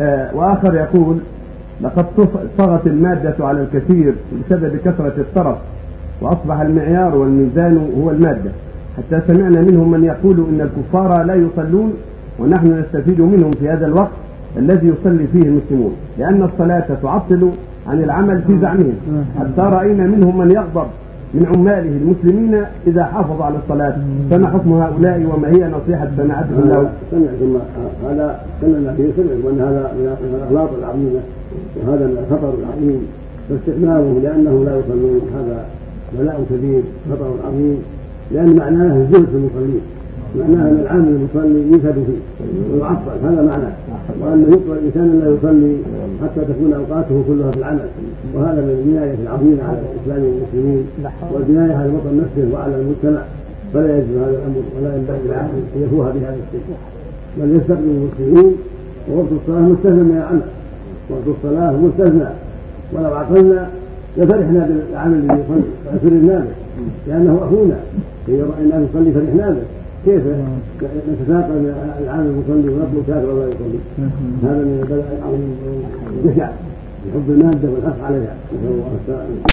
وآخر يقول: لقد طغت المادة على الكثير بسبب كثرة الطرف، وأصبح المعيار والميزان هو المادة، حتى سمعنا منهم من يقول إن الكفار لا يصلون ونحن نستفيد منهم في هذا الوقت الذي يصلي فيه المسلمون، لأن الصلاة تعطل عن العمل في زعمهم، حتى رأينا منهم من يغضب من عماله المسلمين إذا حافظ على الصلاة. فما حكم هؤلاء وما هي نصيحة سماعتكم له؟ هذا سمعنا فيه وأن هذا من الأغلاط العظيمة وهذا من الخطر العظيم، فاستخدامه لأنه لا يصلون هذا بلاء كبير خطر عظيم، لأن معناه الزهد في المصلين، معناه أن العامل المصلي يزهد فيه ويعطل، هذا معناه، وأن يطلع الإنسان لا يصلي حتى تكون أوقاته كلها في العمل، وهذا من الجناية العظيمة على الإسلام والمسلمين والجناية على الوطن نفسه وعلى المجتمع، فلا يجوز هذا الأمر ولا ينبغي للعاقل أن يفوه بهذا الشيء، بل يستخدم المسلمين. ووقت الصلاة مستثنى من العمل، وقت الصلاة مستثنى، ولو عقلنا لفرحنا بالعمل الذي يصلي وفرحنا به لأنه أخونا، إذا رأينا يصلي فرحنا به، كيف نتساقل العامل المصلي ونطلب كافر ولا يصلي؟ هذا من البلاء العظيم، الجشع بحب المادة والحث عليها.